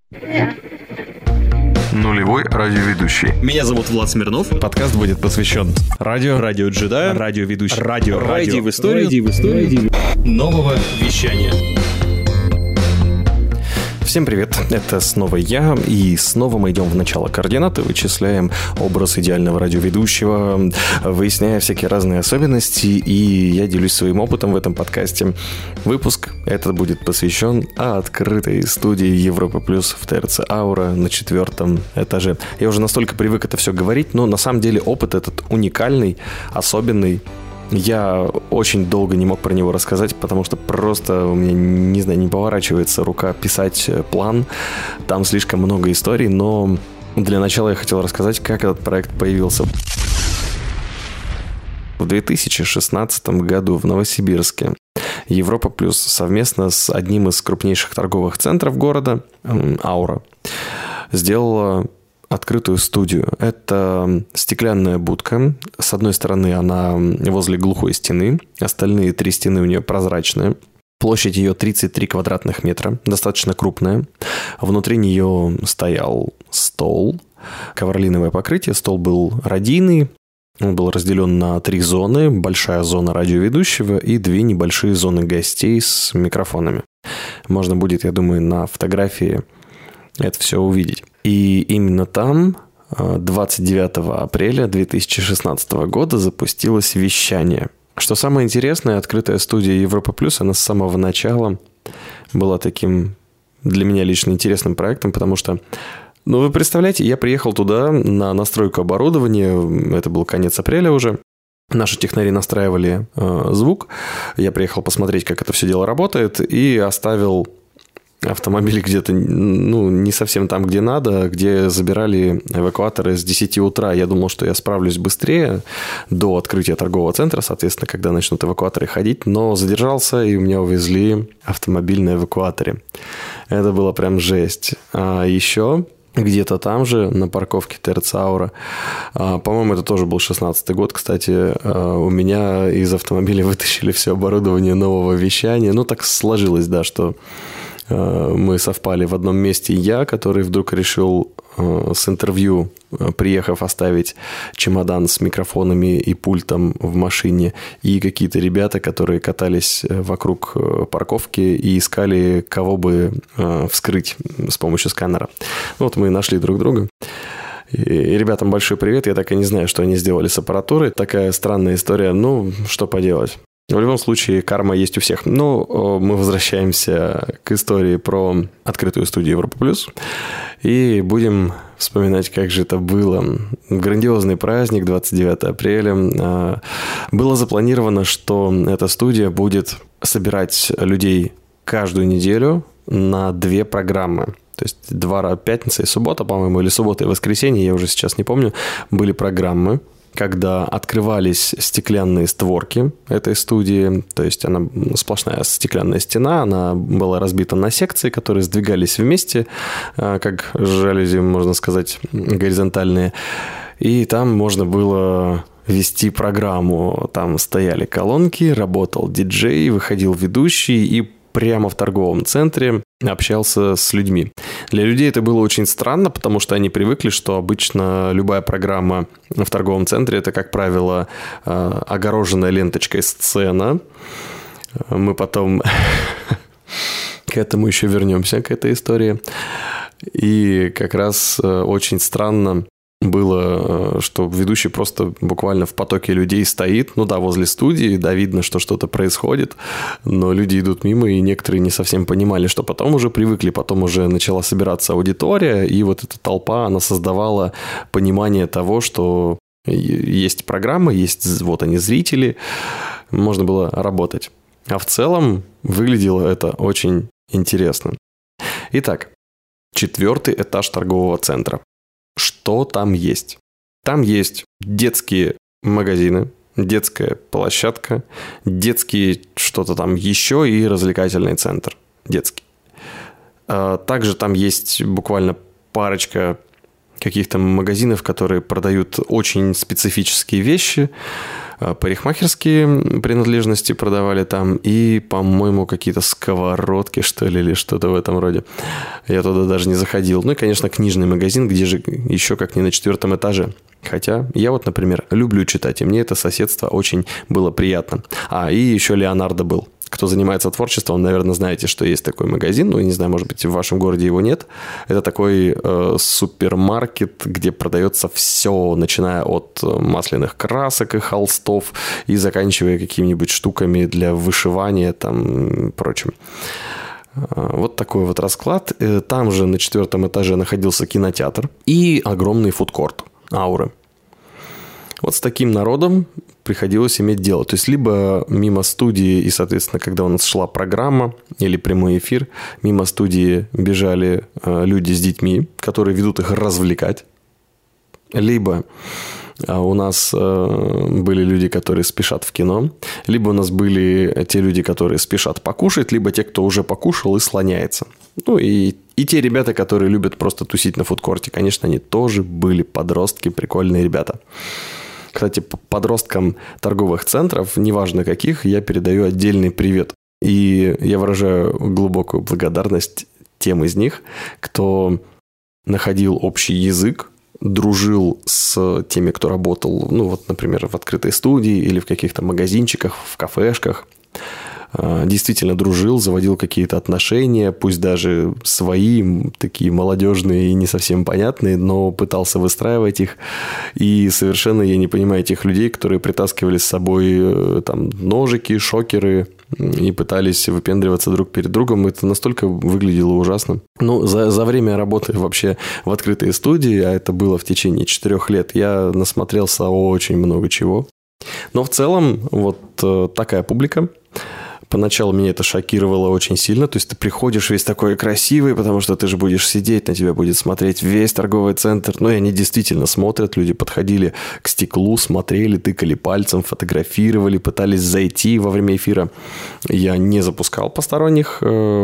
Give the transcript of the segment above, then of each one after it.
Нулевой радиоведущий. Меня зовут Влад Смирнов. Подкаст будет посвящен радиоджедаю, радиоведущий, радио в историю нового вещания. Всем привет, это снова я, и снова мы идем в начало координаты, вычисляем образ идеального радиоведущего, выясняя всякие разные особенности, и я делюсь своим опытом в этом подкасте. Выпуск этот будет посвящен открытой студии Европа Плюс в ТРЦ Аура на 4-м этаже. Я уже настолько привык это все говорить, но на самом деле опыт этот уникальный, особенный. Я очень долго не мог про него рассказать, потому что просто у меня, не знаю, не поворачивается рука писать план. Там слишком много историй, но для начала я хотел рассказать, как этот проект появился. В 2016 году в Новосибирске Европа Плюс совместно с одним из крупнейших торговых центров города, Аура, сделала открытую студию. Это стеклянная будка. С одной стороны, она возле глухой стены. Остальные 3 стены у нее прозрачные. Площадь ее 33 квадратных метра. Достаточно крупная. Внутри нее стоял стол. Ковролиновое покрытие. Стол был радийный. Он был разделен на 3 зоны. Большая зона радиоведущего и 2 небольшие зоны гостей с микрофонами. Можно будет, я думаю, на фотографии это все увидеть. И именно там 29 апреля 2016 года запустилось вещание. Что самое интересное, открытая студия Европа Плюс, она с самого начала была таким для меня лично интересным проектом, потому что, вы представляете, я приехал туда на настройку оборудования, это был конец апреля уже. Наши технари настраивали звук, я приехал посмотреть, как это все дело работает, и оставил автомобили где-то, не совсем там, где надо, где забирали эвакуаторы с 10 утра. Я думал, что я справлюсь быстрее до открытия торгового центра, соответственно, когда начнут эвакуаторы ходить, но задержался, и у меня увезли автомобиль на эвакуаторе. Это было прям жесть. А еще где-то там же, на парковке ТРЦ Аура, по-моему, это тоже был 16-й год, кстати, у меня из автомобиля вытащили все оборудование нового вещания. Так сложилось, да, что мы совпали в одном месте. Я, который вдруг решил с интервью, приехав, оставить чемодан с микрофонами и пультом в машине, и какие-то ребята, которые катались вокруг парковки и искали, кого бы вскрыть с помощью сканера. Мы нашли друг друга. И ребятам большой привет. Я так и не знаю, что они сделали с аппаратурой. Такая странная история. Что поделать. В любом случае, карма есть у всех. Мы возвращаемся к истории про открытую студию Европа Плюс. И будем вспоминать, как же это было. Грандиозный праздник, 29 апреля. Было запланировано, что эта студия будет собирать людей каждую неделю на 2 программы. То есть 2 пятница и суббота, по-моему, или суббота и воскресенье, я уже сейчас не помню, были программы, когда открывались стеклянные створки этой студии, то есть она сплошная стеклянная стена, она была разбита на секции, которые сдвигались вместе, как жалюзи, можно сказать, горизонтальные, и там можно было вести программу, там стояли колонки, работал диджей, выходил ведущий и прямо в торговом центре общался с людьми. Для людей это было очень странно, потому что они привыкли, что обычно любая программа в торговом центре – это, как правило, огороженная ленточкой сцена. Мы потом к этому еще вернемся, к этой истории. И как раз очень странно было, что ведущий просто буквально в потоке людей стоит, возле студии, да, видно, что что-то происходит, но люди идут мимо, и некоторые не совсем понимали, что потом уже привыкли, потом уже начала собираться аудитория, и эта толпа, она создавала понимание того, что есть программа, есть они зрители, можно было работать. А в целом выглядело это очень интересно. Итак, 4-й этаж торгового центра. Что там есть? Там есть детские магазины, детская площадка, детские что-то там еще и развлекательный центр детский. Также там есть буквально парочка каких-то магазинов, которые продают очень специфические вещи. Парикмахерские принадлежности продавали там. И, по-моему, какие-то сковородки, что ли, или что-то в этом роде. Я туда даже не заходил. Ну и, конечно, книжный магазин, где же еще как не на 4-м этаже. Хотя я вот, например, люблю читать, и мне это соседство очень было приятно. И еще Леонардо был. Кто занимается творчеством, наверное, знаете, что есть такой магазин. Ну, не знаю, может быть, в вашем городе его нет. Это такой супермаркет, где продается все, начиная от масляных красок и холстов и заканчивая какими-нибудь штуками для вышивания там и прочим. Вот такой вот расклад. Там же на 4-м этаже находился кинотеатр и огромный фудкорт Ауры. Вот с таким народом приходилось иметь дело. То есть, либо мимо студии, и, соответственно, когда у нас шла программа или прямой эфир, мимо студии бежали люди с детьми, которые ведут их развлекать. Либо у нас были люди, которые спешат в кино. Либо у нас были те люди, которые спешат покушать, либо те, кто уже покушал и слоняется. Ну, и те ребята, которые любят просто тусить на фудкорте, конечно, они тоже были подростки, прикольные ребята. Кстати, подросткам торговых центров, неважно каких, я передаю отдельный привет. И я выражаю глубокую благодарность тем из них, кто находил общий язык, дружил с теми, кто работал, ну вот, например, в открытой студии или в каких-то магазинчиках, в кафешках. Действительно дружил, заводил какие-то отношения, пусть даже свои, такие молодежные и не совсем понятные, но пытался выстраивать их. И совершенно я не понимаю тех людей, которые притаскивали с собой там ножики, шокеры и пытались выпендриваться друг перед другом. Это настолько выглядело ужасно. Ну, за время работы вообще в открытой студии, а это было в течение 4 лет, я насмотрелся очень много чего. Но в целом вот такая публика. Поначалу меня это шокировало очень сильно. То есть ты приходишь весь такой красивый, потому что ты же будешь сидеть, на тебя будет смотреть весь торговый центр. Ну, и они действительно смотрят. Люди подходили к стеклу, смотрели, тыкали пальцем, фотографировали, пытались зайти во время эфира. Я не запускал посторонних.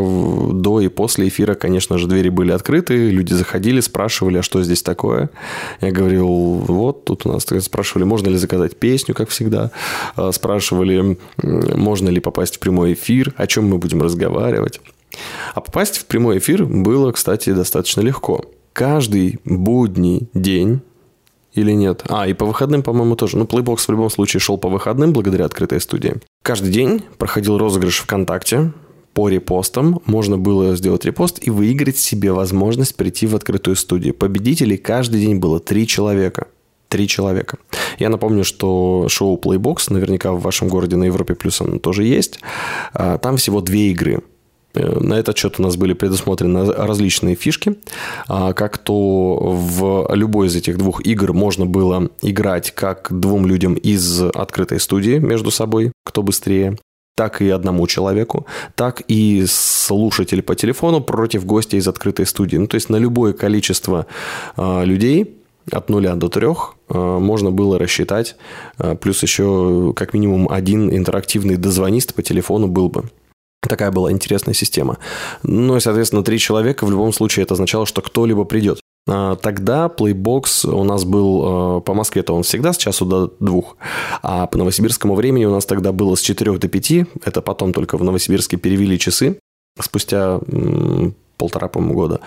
До и после эфира, конечно же, двери были открыты. Люди заходили, спрашивали, а что здесь такое? Я говорил, вот тут у нас спрашивали, можно ли заказать песню, как всегда. Спрашивали, можно ли попасть в прямой эфир, о чем мы будем разговаривать. А попасть в прямой эфир было, кстати, достаточно легко. Каждый будний день или нет? И по выходным, по-моему, тоже. Ну, Playbox в любом случае шел по выходным благодаря открытой студии. Каждый день проходил розыгрыш ВКонтакте по репостам. Можно было сделать репост и выиграть себе возможность прийти в открытую студию. Победителей каждый день было 3 человека. 3 человека. Я напомню, что шоу Playbox, наверняка в вашем городе на Европе Плюс оно тоже есть. Там всего 2 игры. На этот счет у нас были предусмотрены различные фишки. Как то в любой из этих 2 игр можно было играть как 2 людям из открытой студии между собой, кто быстрее, так и одному человеку, так и слушатель по телефону против гостя из открытой студии. Ну, то есть на любое количество людей от 0 до 3 можно было рассчитать. Плюс еще как минимум 1 интерактивный дозвонист по телефону был бы. Такая была интересная система. Ну и, соответственно, 3 человека в любом случае это означало, что кто-либо придет. Тогда Playbox у нас был по Москве-то он всегда с часу до 2, а по новосибирскому времени у нас тогда было с 4 до 5. Это потом только в Новосибирске перевели часы спустя 1,5, по-моему, года.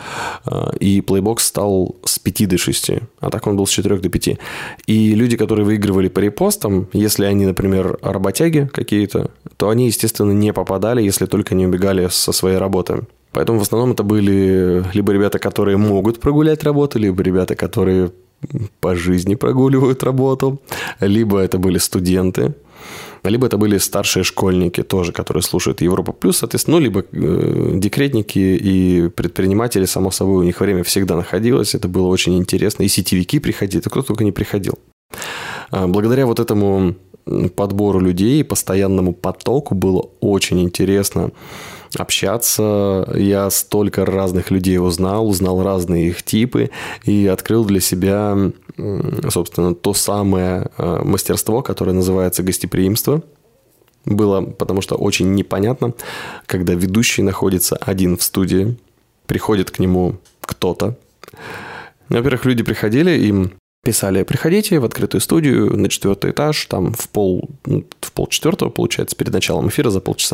И Playbox стал с 5 до 6. А так он был с 4 до 5. И люди, которые выигрывали по репостам, если они, например, работяги какие-то, то они, естественно, не попадали, если только не убегали со своей работы. Поэтому в основном это были либо ребята, которые могут прогулять работу, либо ребята, которые по жизни прогуливают работу, либо это были студенты, либо это были старшие школьники тоже, которые слушают Европа Плюс, соответственно, ну, либо декретники и предприниматели, само собой, у них время всегда находилось, это было очень интересно, и сетевики приходили, кто только не приходил. Благодаря вот этому подбору людей, постоянному потоку было очень интересно общаться. Я столько разных людей узнал разные их типы и открыл для себя, собственно, то самое мастерство, которое называется гостеприимство. Было, потому что очень непонятно, когда ведущий находится один в студии, приходит к нему кто-то, Во-первых, люди приходили, им писали: приходите в открытую студию на 4-й этаж, там в 3:30, получается, перед началом эфира за полчаса,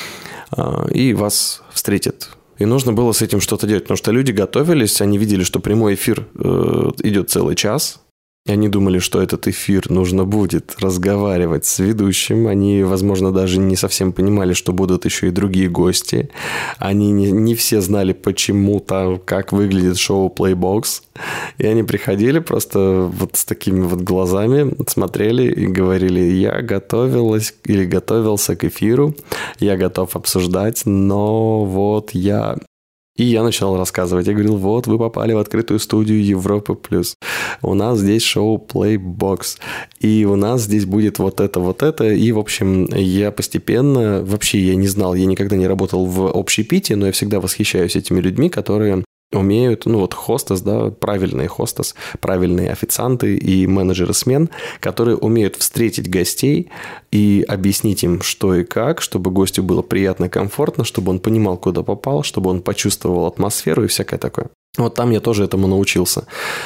и вас встретят. И нужно было с этим что-то делать, потому что люди готовились, они видели, что прямой эфир идет целый час, и они думали, что этот эфир нужно будет разговаривать с ведущим. Они, возможно, даже не совсем понимали, что будут еще и другие гости. Они не все знали почему-то, как выглядит шоу Playbox. И они приходили просто вот с такими вот глазами, смотрели и говорили: я готовилась или готовился к эфиру, я готов обсуждать, но вот я... И я начал рассказывать. Я говорил: вот, вы попали в открытую студию Европа+. У нас здесь шоу Playbox. И у нас здесь будет вот это. И, в общем, я постепенно... Вообще, я не знал, я никогда не работал в общепите, но я всегда восхищаюсь этими людьми, которые умеют, хостес, да, правильные хостес, правильные официанты и менеджеры смен, которые умеют встретить гостей и объяснить им, что и как, чтобы гостю было приятно, комфортно, чтобы он понимал, куда попал, чтобы он почувствовал атмосферу и всякое такое. Вот там я тоже этому научился,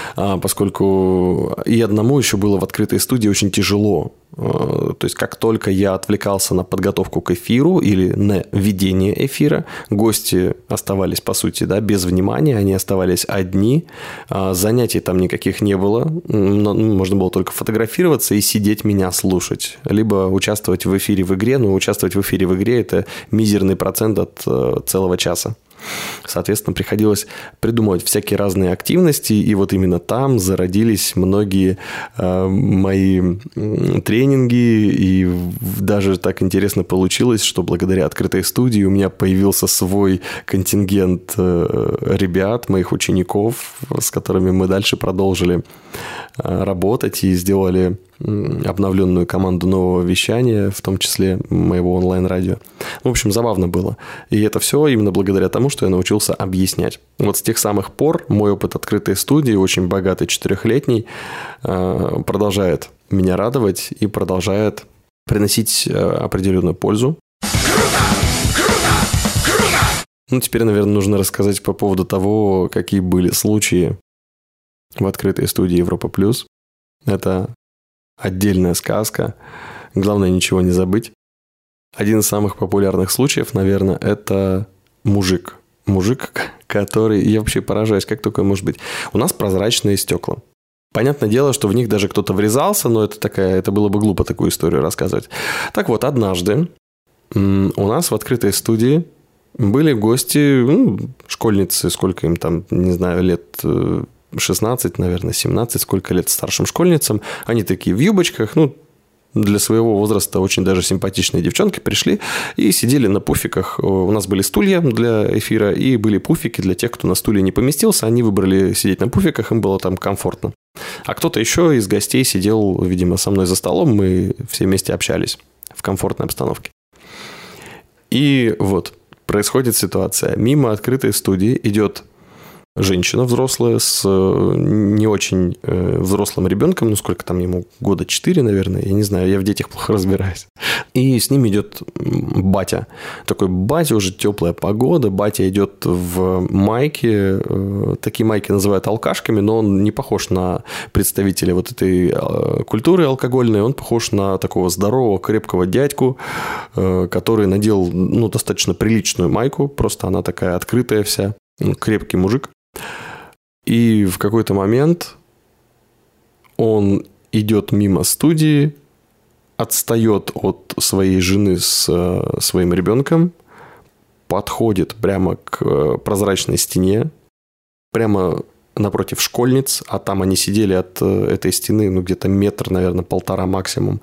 поскольку и одному еще было в открытой студии очень тяжело. То есть, как только я отвлекался на подготовку к эфиру или на ведение эфира, гости оставались, по сути, да, без внимания, они оставались одни, занятий там никаких не было, можно было только фотографироваться и сидеть меня слушать, либо участвовать в эфире в игре, но участвовать в эфире в игре – это мизерный процент от целого часа. Соответственно, приходилось придумывать всякие разные активности, и вот именно там зародились многие мои тренинги, и даже так интересно получилось, что благодаря открытой студии у меня появился свой контингент ребят, моих учеников, с которыми мы дальше продолжили работать и сделали обновленную команду нового вещания, в том числе моего онлайн-радио. В общем, забавно было. И это все именно благодаря тому, что я научился объяснять. Вот с тех самых пор мой опыт открытой студии, очень богатый, 4-летний, продолжает меня радовать и продолжает приносить определенную пользу. Круто! Теперь, наверное, нужно рассказать по поводу того, какие были случаи в открытой студии Европа+. Это отдельная сказка. Главное, ничего не забыть. Один из самых популярных случаев, наверное, это мужик. Мужик, который... Я вообще поражаюсь, как такое может быть. У нас прозрачные стекла. Понятное дело, что в них даже кто-то врезался, но это было бы глупо такую историю рассказывать. Так вот, однажды у нас в открытой студии были гости, школьницы, сколько им там, не знаю, лет... 16, наверное, 17, сколько лет старшим школьницам. Они такие в юбочках, для своего возраста очень даже симпатичные девчонки пришли и сидели на пуфиках. У нас были стулья для эфира и были пуфики для тех, кто на стуле не поместился. Они выбрали сидеть на пуфиках, им было там комфортно. А кто-то еще из гостей сидел, видимо, со мной за столом, мы все вместе общались в комфортной обстановке. И вот происходит ситуация. Мимо открытой студии идет женщина взрослая с не очень взрослым ребенком, сколько там ему, 4 года, наверное, я не знаю, я в детях плохо разбираюсь. И с ним идет батя. Такой батя, уже теплая погода, батя идет в майке, такие майки называют алкашками, но он не похож на представителя вот этой культуры алкогольной, он похож на такого здорового, крепкого дядьку, который надел, достаточно приличную майку, просто она такая открытая вся, крепкий мужик. И в какой-то момент он идет мимо студии, отстает от своей жены с своим ребенком, подходит прямо к прозрачной стене, прямо напротив школьниц, а там они сидели от этой стены, где-то метр, наверное, 1,5 максимум,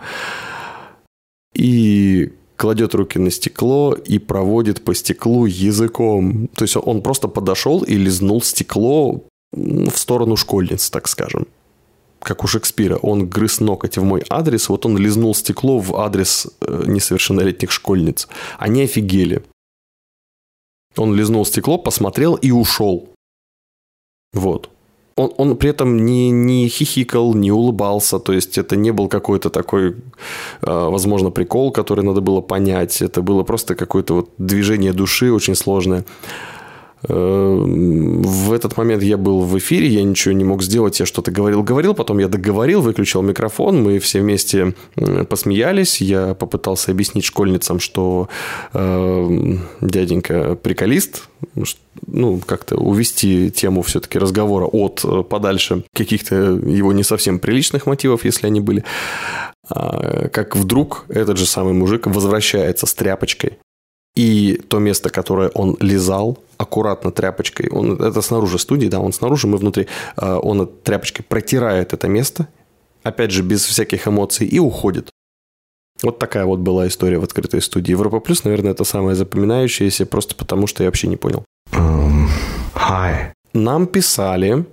и кладет руки на стекло и проводит по стеклу языком. То есть он просто подошел и лизнул стекло в сторону школьниц, так скажем. Как у Шекспира. Он грыз ноготь в мой адрес, вот он лизнул стекло в адрес несовершеннолетних школьниц. Они офигели. Он лизнул стекло, посмотрел и ушел. Вот. Он при этом не хихикал, не улыбался, то есть это не был какой-то такой, возможно, прикол, который надо было понять, это было просто какое-то вот движение души очень сложное. В этот момент я был в эфире, я ничего не мог сделать, я что-то говорил, потом я договорил, выключил микрофон, мы все вместе посмеялись, я попытался объяснить школьницам, что дяденька приколист, ну, как-то увести тему все-таки разговора от подальше каких-то его не совсем приличных мотивов, если они были, как вдруг этот же самый мужик возвращается с тряпочкой. И то место, которое он лизал, аккуратно тряпочкой, это снаружи студии, да, он снаружи, мы внутри, он тряпочкой протирает это место, опять же, без всяких эмоций, и уходит. Вот такая вот была история в открытой студии. Европа Плюс, наверное, это самое запоминающееся, просто потому что я вообще не понял. Нам писали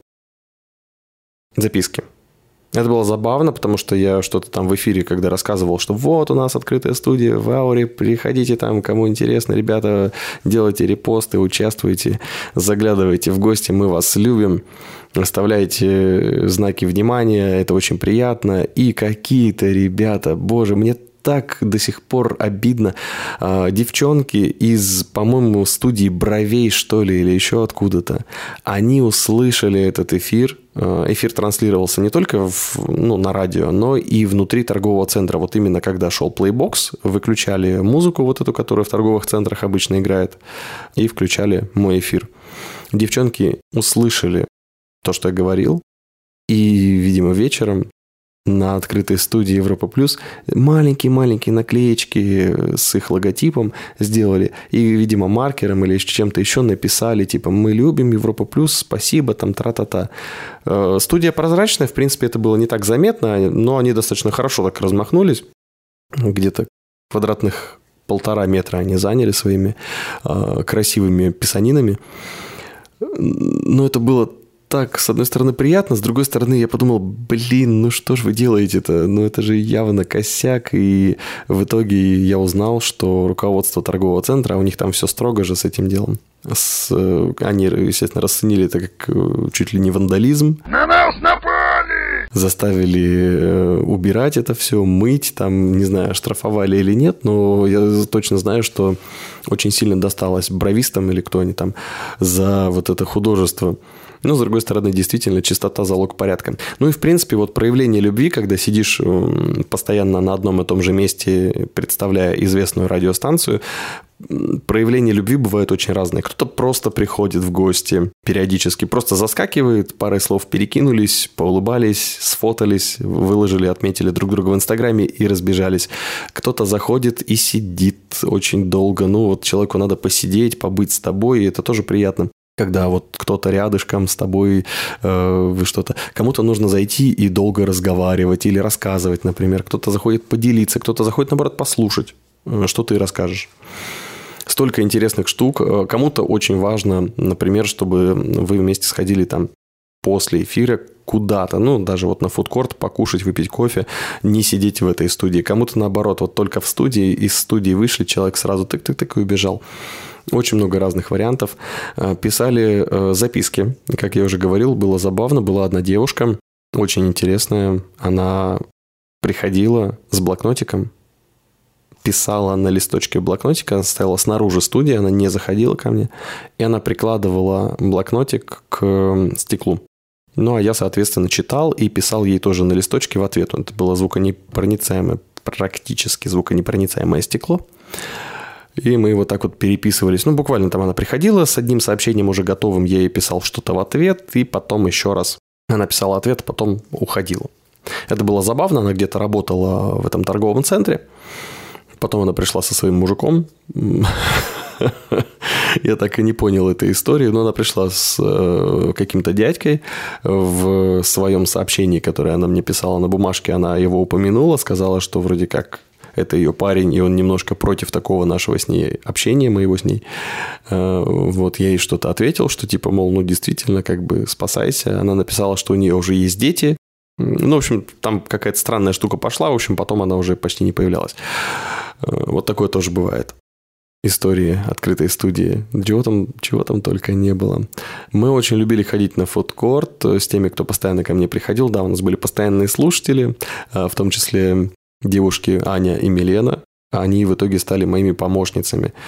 записки. Это было забавно, потому что я что-то там в эфире, когда рассказывал, что вот у нас открытая студия в Ауре, приходите там, кому интересно, ребята, делайте репосты, участвуйте, заглядывайте в гости, мы вас любим, оставляйте знаки внимания, это очень приятно. И какие-то ребята, боже, мне так до сих пор обидно. Девчонки из, по-моему, студии Бровей, что ли, или еще откуда-то, они услышали этот эфир. Эфир транслировался не только на радио, но и внутри торгового центра. Вот именно когда шел плейбокс, выключали музыку вот эту, которая в торговых центрах обычно играет, и включали мой эфир. Девчонки услышали то, что я говорил, и, видимо, вечером на открытой студии Европа Плюс маленькие-маленькие наклеечки с их логотипом сделали. И, видимо, маркером или чем-то еще написали, типа, мы любим Европа Плюс, спасибо, там, тра-та-та. Студия прозрачная, в принципе, это было не так заметно, но они достаточно хорошо так размахнулись. Где-то квадратных 1,5 метра они заняли своими красивыми писанинами. Но это было так, с одной стороны, приятно, с другой стороны, я подумал, ну что ж вы делаете-то? Ну это же явно косяк, и в итоге я узнал, что руководство торгового центра, у них там все строго же с этим делом. Они, естественно, расценили это как чуть ли не вандализм. На нас напали! Заставили убирать это все, мыть, там, не знаю, штрафовали или нет, но я точно знаю, что очень сильно досталось бровистам или кто они там за вот это художество. Но, с другой стороны, действительно, чистота – залог порядка. Ну и, в принципе, вот проявление любви, когда сидишь постоянно на одном и том же месте, представляя известную радиостанцию, проявления любви бывают очень разные. Кто-то просто приходит в гости периодически, просто заскакивает, парой слов перекинулись, поулыбались, сфотались, выложили, отметили друг друга в Инстаграме и разбежались. Кто-то заходит и сидит очень долго. Ну, вот человеку надо посидеть, побыть с тобой, и это тоже приятно. Когда вот кто-то рядышком с тобой, вы что-то... Кому-то нужно зайти и долго разговаривать или рассказывать, например. Кто-то заходит поделиться, кто-то заходит, наоборот, послушать, что ты расскажешь. Столько интересных штук. Кому-то очень важно, например, чтобы вы вместе сходили там после эфира куда-то, ну, даже вот на фудкорт покушать, выпить кофе, не сидеть в этой студии. Кому-то, наоборот, вот только в студии, из студии вышли, человек сразу тык-тык-тык и убежал. Очень много разных вариантов. Писали записки. Как я уже говорил, было забавно. Была одна девушка, очень интересная. Она приходила с блокнотиком, писала на листочке блокнотика, она стояла снаружи студии, она не заходила ко мне, и она прикладывала блокнотик к стеклу. Ну, а я, соответственно, читал и писал ей тоже на листочке в ответ. Это было звуконепроницаемое, практически звуконепроницаемое стекло. И мы вот так вот переписывались. Ну, буквально там она приходила с одним сообщением уже готовым, я ей писал что-то в ответ, и потом еще раз она писала ответ, потом уходила. Это было забавно, она где-то работала в этом торговом центре. Потом она пришла со своим мужиком. Я так и не понял этой истории, но она пришла с каким-то дядькой. В своем сообщении, которое она мне писала на бумажке, она его упомянула, сказала, что вроде как это ее парень, и он немножко против такого нашего с ней общения, моего с ней. Вот я ей что-то ответил, что типа, мол, ну действительно, как бы спасайся. Она написала, что у нее уже есть дети. Ну, в общем, там какая-то странная штука пошла, в общем, потом она уже почти не появлялась. Вот такое тоже бывает. Истории открытой студии. Чего там только не было. Мы очень любили ходить на фудкорт с теми, кто постоянно ко мне приходил. Да, у нас были постоянные слушатели, в том числе девушки Аня и Милена. Они в итоге стали моими помощницами.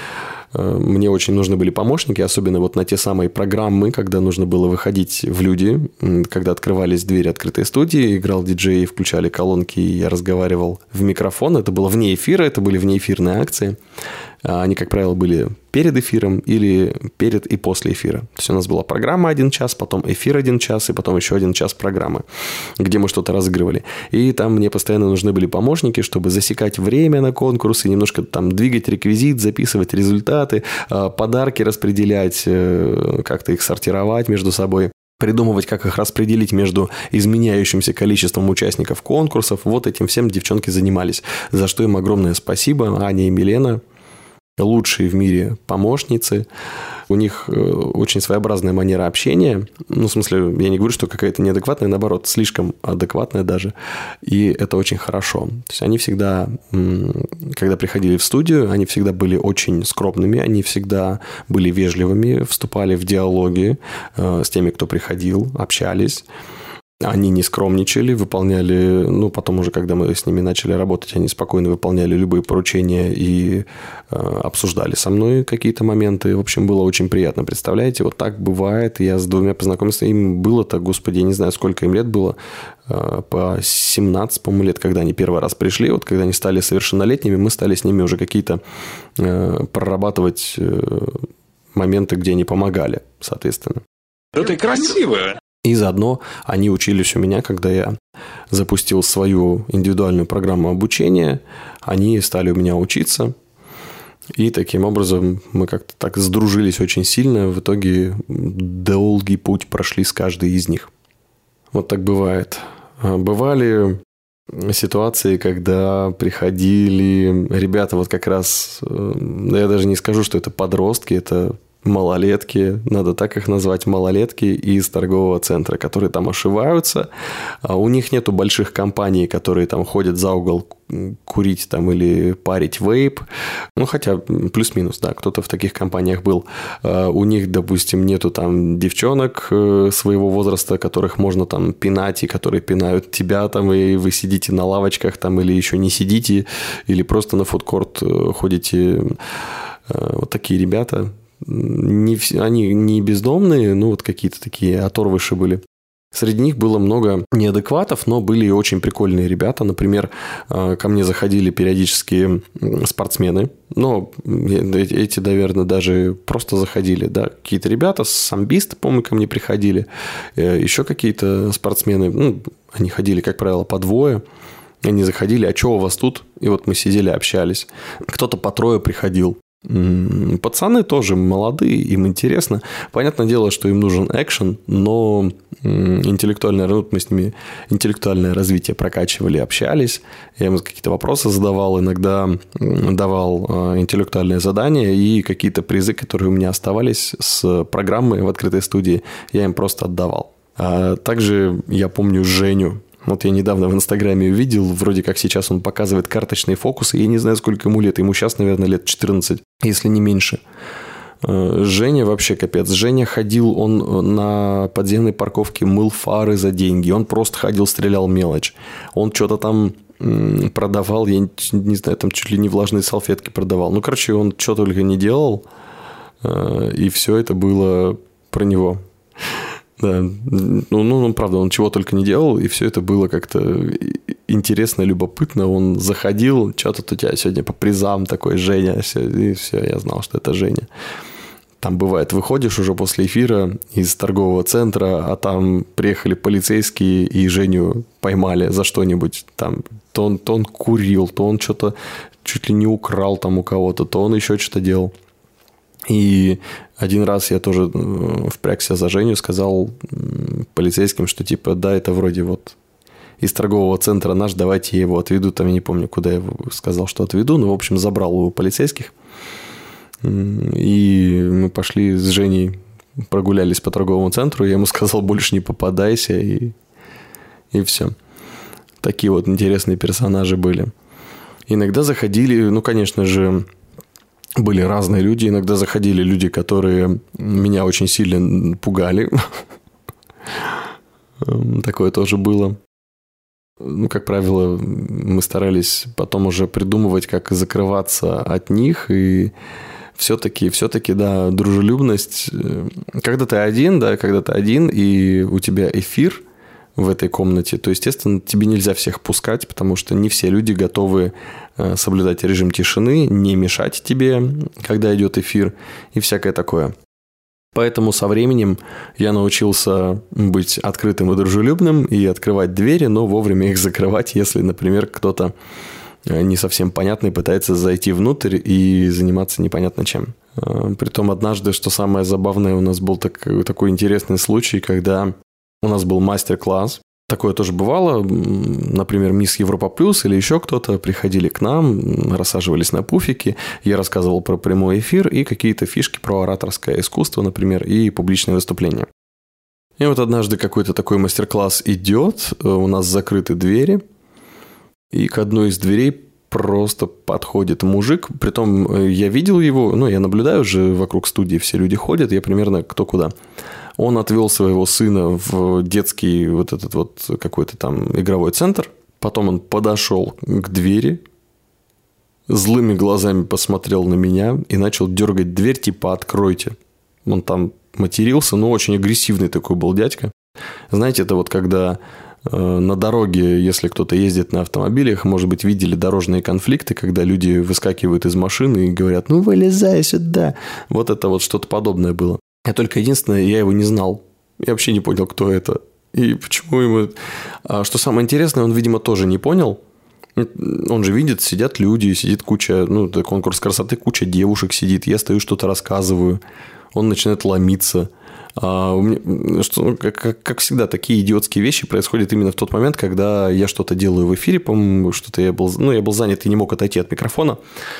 мне очень нужны были помощники, особенно вот на те самые программы, когда нужно было выходить в люди, когда открывались двери открытой студии, играл диджей, включали колонки, и я разговаривал в микрофон. Это было вне эфира, это были внеэфирные акции. Они, как правило, были перед эфиром или перед и после эфира. То есть у нас была программа 1 час, потом эфир 1 час, и потом еще 1 час программы, где мы что-то разыгрывали. И там мне постоянно нужны были помощники, чтобы засекать время на конкурсы, немножко там двигать реквизит, записывать результаты, подарки распределять, как-то их сортировать между собой. Придумывать, как их распределить между изменяющимся количеством участников конкурсов. Вот этим всем девчонки занимались. За что им огромное спасибо. Аня и Милена. Лучшие в мире помощницы. У них очень своеобразная манера общения. Ну, в смысле, я не говорю, что какая-то неадекватная, наоборот, слишком адекватная даже. И это очень хорошо. То есть они всегда, когда приходили в студию, они всегда были очень скромными, они всегда были вежливыми, вступали в диалоги с теми, кто приходил, общались. Они не скромничали, выполняли, ну, потом уже, когда мы с ними начали работать, они спокойно выполняли любые поручения и обсуждали со мной какие-то моменты. В общем, было очень приятно. Представляете, вот так бывает. Я с 2 познакомился, им было-то, господи, я не знаю, сколько им лет было, по 17, по-моему, лет, когда они первый раз пришли. Вот когда они стали совершеннолетними, мы стали с ними уже какие-то прорабатывать моменты, где они помогали, соответственно. Это красиво! И заодно они учились у меня, когда я запустил свою индивидуальную программу обучения, они стали у меня учиться. И таким образом мы как-то так сдружились очень сильно. В итоге долгий путь прошли с каждой из них. Вот так бывает. Бывали ситуации, когда приходили ребята, вот как раз, я даже не скажу, что это подростки, это малолетки, надо так их назвать, малолетки из торгового центра, которые там ошиваются. У них нету больших компаний, которые там ходят за угол курить там или парить вейп. Ну, хотя плюс-минус, да, кто-то в таких компаниях был. У них, допустим, нету там девчонок своего возраста, которых можно там пинать, и которые пинают тебя там, и вы сидите на лавочках там, или еще не сидите, или просто на фудкорт ходите. Вот такие ребята. Они не бездомные, но вот какие-то такие оторвыши были. Среди них было много неадекватов, но были и очень прикольные ребята. Например, ко мне заходили периодически спортсмены. Но эти, наверное, даже просто заходили. Да? Какие-то ребята, самбисты, по-моему, ко мне приходили. Еще какие-то спортсмены. Ну, они ходили, как правило, по 2. Они заходили, а что у вас тут? И вот мы сидели, общались. Кто-то по 3 приходил. Пацаны тоже молодые, им интересно. Понятное дело, что им нужен экшен, но интеллектуальное, мы с ними интеллектуальное развитие прокачивали, общались. Я им какие-то вопросы задавал, иногда давал интеллектуальные задания и какие-то призы, которые у меня оставались с программы в открытой студии, я им просто отдавал. Также я помню Женю. Вот я недавно в Инстаграме увидел, вроде как сейчас он показывает карточные фокусы. Я не знаю, сколько ему лет. Ему сейчас, наверное, лет 14, если не меньше. Женя вообще капец. Женя ходил, он на подземной парковке мыл фары за деньги. Он просто ходил, стрелял мелочь. Он что-то там продавал, я не знаю, там чуть ли не влажные салфетки продавал. Ну, короче, он что только не делал. И все это было про него. Да, ну, правда, он чего только не делал, и все это было как-то интересно, любопытно. Он заходил, что тут у тебя сегодня по призам такой, Женя, и все, я знал, что это Женя. Там бывает, выходишь уже после эфира из торгового центра, а там приехали полицейские и Женю поймали за что-нибудь. Там, то он курил, то он что-то чуть ли не украл там у кого-то, то он еще что-то делал. И один раз я тоже впрягся за Женю, сказал полицейским, что типа, да, это вроде вот из торгового центра наш, давайте я его отведу. Там я не помню, куда я его сказал, что отведу, но, в общем, забрал у полицейских. И мы пошли с Женей, прогулялись по торговому центру, я ему сказал, больше не попадайся, и все. Такие вот интересные персонажи были. Иногда заходили, ну, конечно же, были разные люди. Иногда заходили люди, которые меня очень сильно пугали. Такое тоже было. Ну, как правило, мы старались потом уже придумывать, как закрываться от них. И все-таки, да, дружелюбность. Когда ты один, и у тебя эфир в этой комнате, то, естественно, тебе нельзя всех пускать, потому что не все люди готовы соблюдать режим тишины, не мешать тебе, когда идет эфир и всякое такое. Поэтому со временем я научился быть открытым и дружелюбным и открывать двери, но вовремя их закрывать, если, например, кто-то не совсем понятный пытается зайти внутрь и заниматься непонятно чем. Притом однажды, что самое забавное, у нас был такой интересный случай, когда у нас был мастер-класс. Такое тоже бывало. Например, Мисс Европа Плюс или еще кто-то приходили к нам, рассаживались на пуфике. Я рассказывал про прямой эфир и какие-то фишки про ораторское искусство, например, и публичное выступление. И вот однажды какой-то такой мастер-класс идет, у нас закрыты двери, и к одной из дверей просто подходит мужик. Притом я видел его, я наблюдаю уже вокруг студии, все люди ходят, я примерно кто куда. Он отвел своего сына в детский вот этот вот какой-то там игровой центр. Потом он подошел к двери, злыми глазами посмотрел на меня и начал дергать дверь, типа «откройте». Он там матерился, но очень агрессивный такой был дядька. Знаете, это вот когда на дороге, если кто-то ездит на автомобилях, может быть, видели дорожные конфликты, когда люди выскакивают из машины и говорят «ну, вылезай сюда». Вот это вот что-то подобное было. Я только единственное, я его не знал. Я вообще не понял, кто это. И почему ему... Что самое интересное, он, видимо, тоже не понял. Он же видит, сидят люди, сидит куча... это конкурс красоты, куча девушек сидит. Я стою, что-то рассказываю. Он начинает ломиться. Как всегда, такие идиотские вещи происходят именно в тот момент, когда я что-то делаю в эфире. По-моему, что-то я был занят и не мог отойти от микрофона.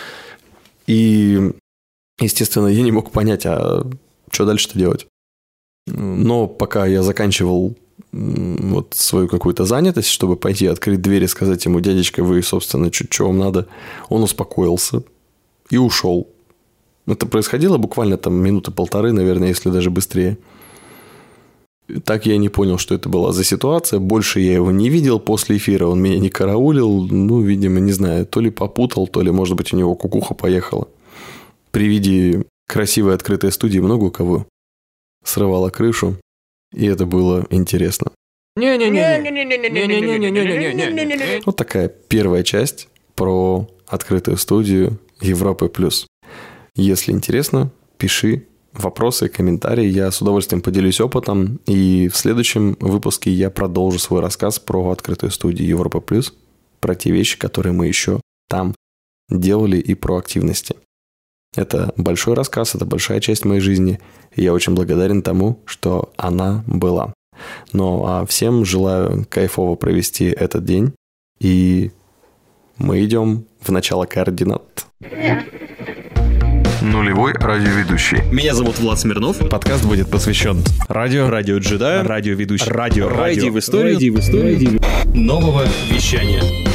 И, естественно, я не мог понять, что дальше-то делать? Но пока я заканчивал вот свою какую-то занятость, чтобы пойти открыть дверь и сказать ему: дядечка, вы, собственно, что вам надо, он успокоился и ушел. Это происходило буквально там минуты полторы, наверное, если даже быстрее. Так я не понял, что это была за ситуация. Больше я его не видел после эфира, он меня не караулил. Видимо, не знаю, то ли попутал, то ли, может быть, у него кукуха поехала. При виде красивой открытой студии много у кого срывало крышу, и это было интересно. Вот такая первая часть про открытую студию Европы Плюс. Если интересно, пиши вопросы, комментарии, я с удовольствием поделюсь опытом, и в следующем выпуске я продолжу свой рассказ про открытую студию Европа Плюс, про те вещи, которые мы еще там делали, и про активности. Это большой рассказ, это большая часть моей жизни, и я очень благодарен тому, что она была. А всем желаю кайфово провести этот день, и мы идем в начало координат. Нулевой радиоведущий. Меня зовут Влад Смирнов. Подкаст будет посвящен радиоджедаю, радиоведущему, радио в истории нового вещания.